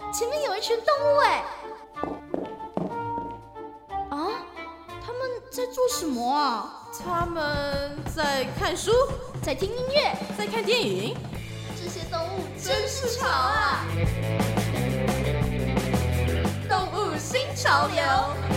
前面有一群动物哎！啊，他们在做什么啊？ 他们在看书， 在听音乐， 在看电影。 这些动物真是潮啊！动物新潮流。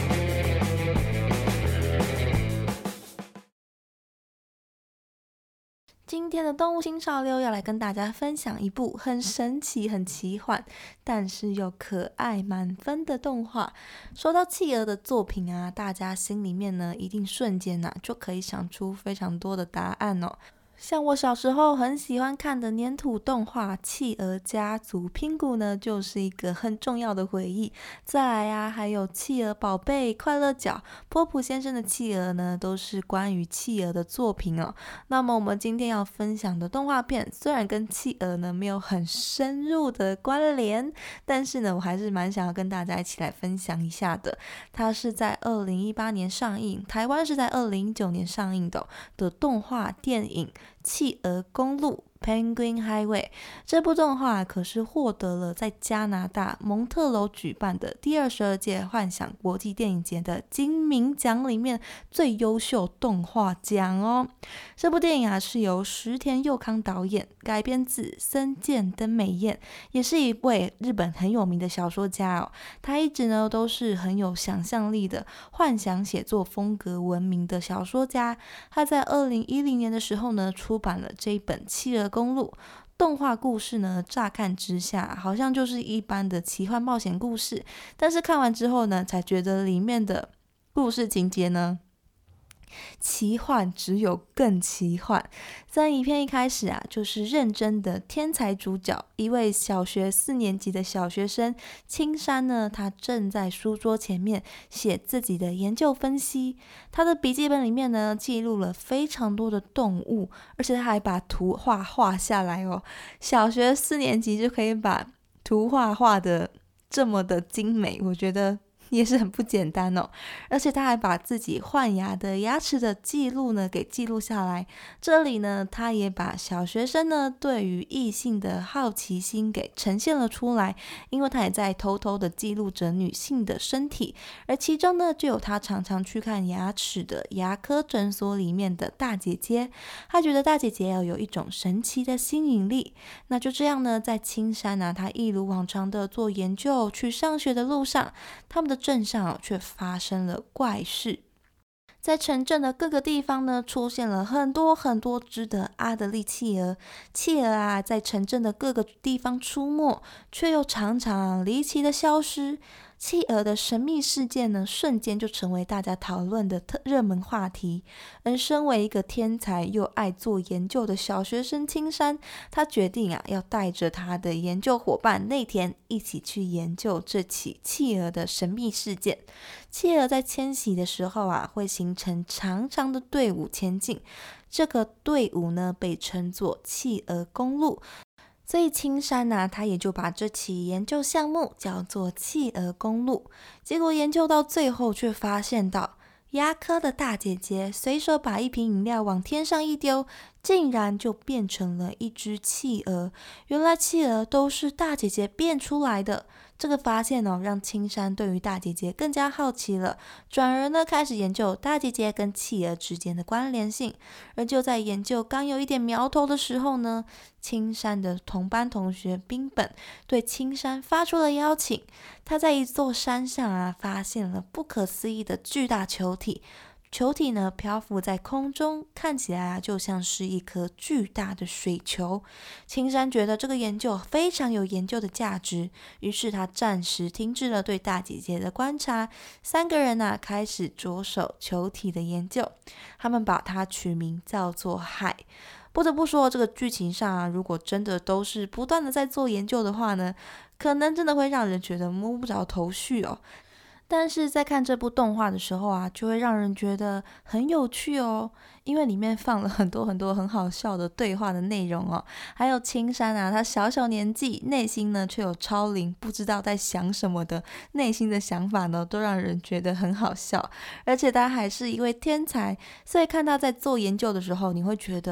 今天的动物新潮流要来跟大家分享一部很神奇、很奇幻，但是又可爱满分的动画。说到企鹅的作品啊，大家心里面呢一定瞬间就可以想出非常多的答案哦。像我小时候很喜欢看的粘土动画《企鹅家族》，拼谷呢就是一个很重要的回忆。再来啊，还有企鹅宝贝、快乐角、波普先生的企鹅呢，都是关于企鹅的作品哦。那么我们今天要分享的动画片，虽然跟企鹅呢没有很深入的关联，但是呢，我还是蛮想要跟大家一起来分享一下的。它是在2018年上映，台湾是在2019年上映的动画电影企鹅公路 Penguin Highway。 这部动画可是获得了在加拿大蒙特楼举办的第22届幻想国际电影节的金明奖里面最优秀动画奖哦。这部电影是由石田佑康导演，改编自森见登美彦，也是一位日本很有名的小说家哦。他一直呢都是很有想象力的幻想写作风格闻名的小说家。他在2010年的时候呢出版了这一本《企鹅公路》。动画故事呢，乍看之下好像就是一般的奇幻冒险故事，但是看完之后呢，才觉得里面的故事情节呢，奇幻只有更奇幻。在影片一开始就是认真的天才主角，一位小学4年级的小学生青山呢，他正在书桌前面写自己的研究分析。他的笔记本里面呢，记录了非常多的动物，而且他还把图画下来哦。小学4年级就可以把图画的这么的精美，我觉得也是很不简单哦。而且他还把自己换牙的牙齿的记录呢给记录下来。这里呢，他也把小学生呢对于异性的好奇心给呈现了出来，因为他也在偷偷的记录着女性的身体，而其中呢就有他常常去看牙齿的牙科诊所里面的大姐姐。他觉得大姐姐有一种神奇的吸引力。那就这样呢，在青山他一如往常的做研究去上学的路上，他们的镇上却发生了怪事。在城镇的各个地方呢，出现了很多很多只的阿德利企鹅。企鹅在城镇的各个地方出没，却又常常离奇的消失。企鹅的神秘事件呢，瞬间就成为大家讨论的热门话题。而身为一个天才又爱做研究的小学生青山，他决定要带着他的研究伙伴内田一起去研究这起企鹅的神秘事件。企鹅在迁徙的时候会形成长长的队伍前进，这个队伍呢被称作企鹅公路。所以青山他也就把这起研究项目叫做企鹅公路。结果研究到最后，却发现到牙科的大姐姐随手把一瓶饮料往天上一丢，竟然就变成了一只企鹅。原来企鹅都是大姐姐变出来的。这个发现让青山对于大姐姐更加好奇了，转而呢开始研究大姐姐跟企鹅之间的关联性。而就在研究刚有一点苗头的时候呢，青山的同班同学滨本对青山发出了邀请。他在一座山上发现了不可思议的巨大球体。球体呢漂浮在空中，看起来就像是一颗巨大的水球。青山觉得这个研究非常有研究的价值，于是他暂时停止了对大姐姐的观察。3个人开始着手球体的研究，他们把它取名叫做海。不得不说，这个剧情上如果真的都是不断的在做研究的话呢，可能真的会让人觉得摸不着头绪哦。但是在看这部动画的时候就会让人觉得很有趣哦，因为里面放了很多很多很好笑的对话的内容哦。还有青山他小小年纪，内心呢却有超龄，不知道在想什么的内心的想法呢，都让人觉得很好笑。而且他还是一位天才，所以看他在做研究的时候，你会觉得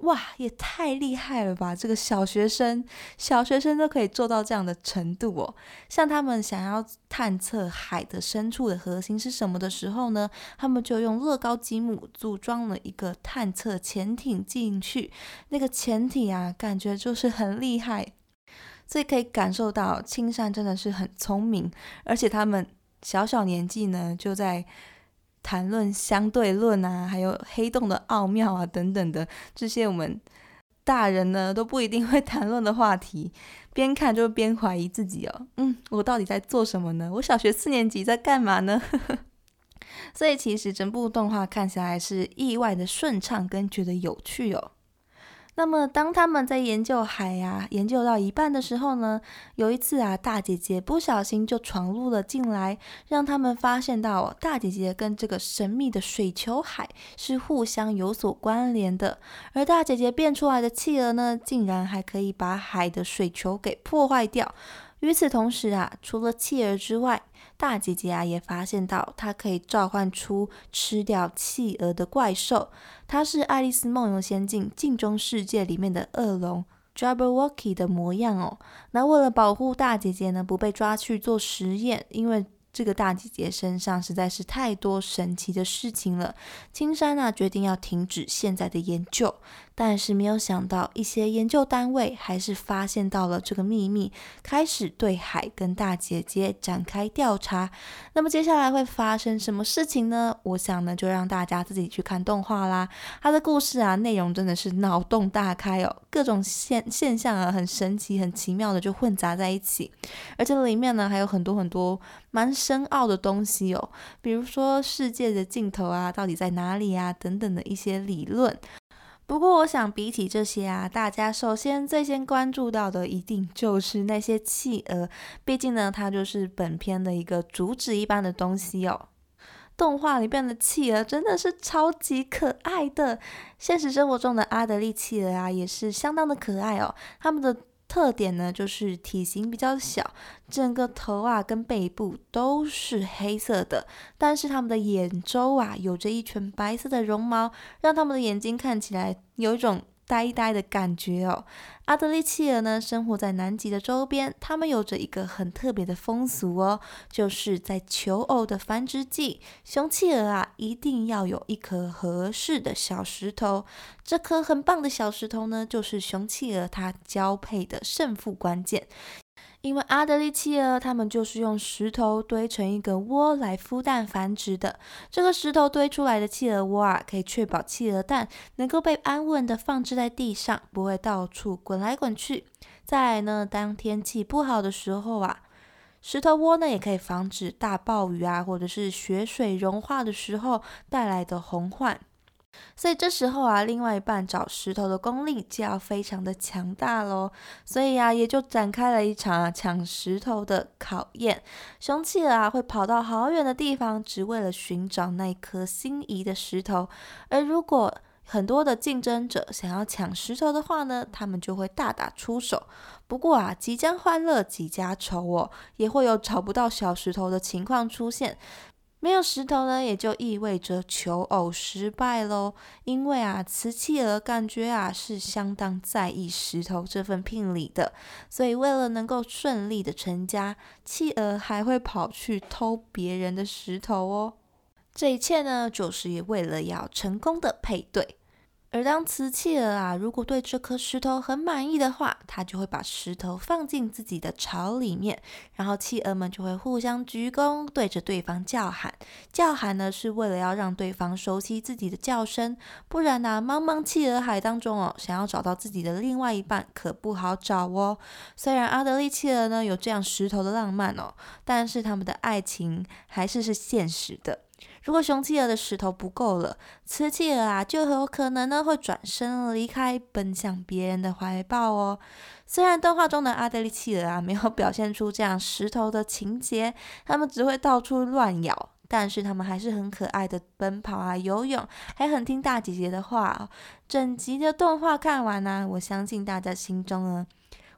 哇，也太厉害了吧！这个小学生都可以做到这样的程度哦。像他们想要探测海的深处的核心是什么的时候呢，他们就用乐高积木组装了一个探测潜艇进去。那个潜艇啊，感觉就是很厉害，所以可以感受到青山真的是很聪明，而且他们小年纪呢就在谈论相对论啊，还有黑洞的奥妙啊等等的这些我们大人呢都不一定会谈论的话题，边看就边怀疑自己哦，我到底在做什么呢？我小学4年级在干嘛呢？所以其实整部动画看起来是意外的顺畅跟觉得有趣哦。那么当他们在研究海啊，研究到一半的时候呢，有一次啊，大姐姐不小心就闯入了进来，让他们发现到大姐姐跟这个神秘的水球海是互相有所关联的，而大姐姐变出来的企鹅呢，竟然还可以把海的水球给破坏掉。与此同时啊，除了企鹅之外，大姐姐啊也发现到她可以召唤出吃掉企鹅的怪兽，它是《爱丽丝梦游仙境》镜中世界里面的恶龙 Jabberwocky 的模样哦。那为了保护大姐姐呢不被抓去做实验，因为这个大姐姐身上实在是太多神奇的事情了，青山啊决定要停止现在的研究。但是没有想到，一些研究单位还是发现到了这个秘密，开始对海跟大姐姐展开调查。那么接下来会发生什么事情呢？我想呢，就让大家自己去看动画啦。它的故事啊，内容真的是脑洞大开哦，各种现象啊，很神奇、很奇妙的就混杂在一起。而且里面呢，还有很多蛮深奥的东西哦，比如说世界的尽头啊，到底在哪里啊，等等的一些理论。不过我想比起这些啊，大家最先关注到的一定就是那些企鹅，毕竟呢它就是本片的一个主旨一般的东西哦。动画里面的企鹅真的是超级可爱的，现实生活中的阿德利企鹅啊也是相当的可爱哦。它们的特点呢就是体型比较小，整个头啊跟背部都是黑色的，但是它们的眼周啊有着一圈白色的绒毛，让它们的眼睛看起来有一种呆呆的感觉哦。阿德利企鹅呢生活在南极的周边，它们有着一个很特别的风俗哦，就是在求偶的繁殖季，雄企鹅啊一定要有一颗合适的小石头，这颗很棒的小石头呢就是雄企鹅它交配的胜负关键。因为阿德利企鹅它们就是用石头堆成一个窝来孵蛋繁殖的，这个石头堆出来的企鹅窝啊，可以确保企鹅蛋能够被安稳的放置在地上，不会到处滚来滚去。再来呢，当天气不好的时候啊，石头窝呢也可以防止大暴雨啊，或者是雪水融化的时候带来的洪患。所以这时候啊，另外一半找石头的功力就要非常的强大咯，所以啊，也就展开了一场抢石头的考验。雄企鹅啊会跑到好远的地方，只为了寻找那颗心仪的石头。而如果很多的竞争者想要抢石头的话呢，他们就会大打出手。不过啊，几家欢乐几家愁哦，也会有找不到小石头的情况出现。没有石头呢，也就意味着求偶失败咯。因为啊，雌企鹅感觉啊是相当在意石头这份聘礼的，所以为了能够顺利的成家，企鹅还会跑去偷别人的石头哦。这一切呢，就是也为了要成功的配对。而当雌企鹅啊，如果对这颗石头很满意的话，它就会把石头放进自己的巢里面，然后企鹅们就会互相鞠躬，对着对方叫喊。叫喊呢，是为了要让对方熟悉自己的叫声，不然啊，茫茫企鹅海当中哦，想要找到自己的另外一半可不好找哦。虽然阿德利企鹅呢有这样石头的浪漫哦，但是他们的爱情还是现实的。如果雄企鹅的石头不够了，雌企鹅啊就有可能呢会转身离开，奔向别人的怀抱哦。虽然动画中的阿德利企鹅啊没有表现出这样石头的情节，它们只会到处乱咬，但是它们还是很可爱的奔跑啊、游泳，还很听大姐姐的话哦。整集的动画看完啊，我相信大家心中呢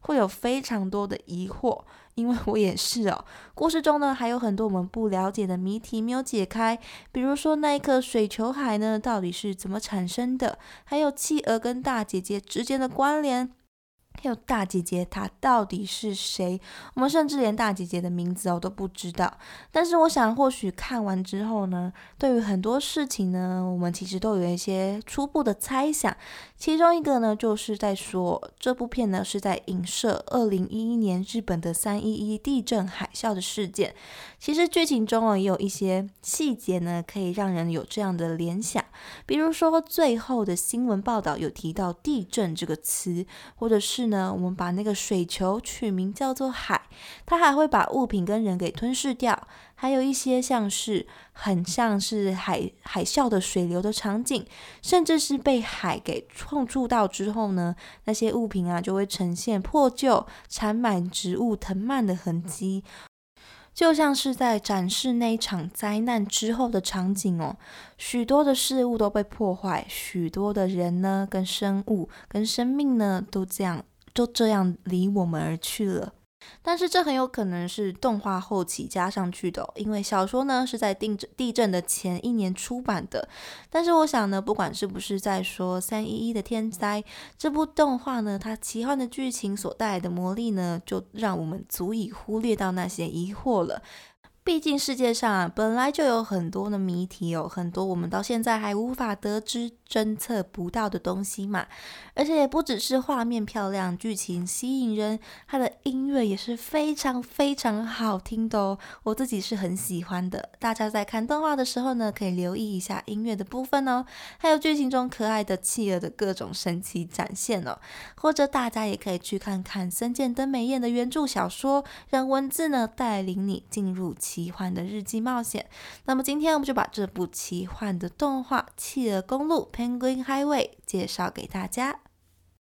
会有非常多的疑惑，因为我也是哦。故事中呢，还有很多我们不了解的谜题没有解开，比如说那一颗水球海呢，到底是怎么产生的？还有企鹅跟大姐姐之间的关联。还有大姐姐她到底是谁？我们甚至连大姐姐的名字都不知道。但是我想，或许看完之后呢，对于很多事情呢，我们其实都有一些初步的猜想。其中一个呢，就是在说这部片呢是在影射2011年日本的311地震海啸的事件。其实剧情中也有一些细节呢，可以让人有这样的联想。比如说最后的新闻报道有提到地震这个词，或者是呢，我们把那个水球取名叫做海，它还会把物品跟人给吞噬掉。还有一些很像是海啸的水流的场景，甚至是被海给碰触到之后呢，那些物品就会呈现破旧、缠满植物藤蔓的痕迹。就像是在展示那一场灾难之后的场景哦，许多的事物都被破坏，许多的人呢、跟生物、跟生命呢，就这样离我们而去了。但是这很有可能是动画后期加上去的因为小说呢是在地震的前1年出版的。但是我想呢，不管是不是在说311的天灾，这部动画呢，它奇幻的剧情所带来的魔力呢，就让我们足以忽略到那些疑惑了。毕竟世界上本来就有很多的谜题很多我们到现在还无法得知、侦测不到的东西嘛。而且也不只是画面漂亮、剧情吸引人，它的音乐也是非常非常好听的我自己是很喜欢的。大家在看动画的时候呢，可以留意一下音乐的部分还有剧情中可爱的企鹅的各种神奇展现或者大家也可以去看看森见登美彦的原著小说，让文字呢带领你进入奇幻的日记冒险。那么今天我们就把这部奇幻的动画《企鹅公路》 Penguin Highway 介绍给大家。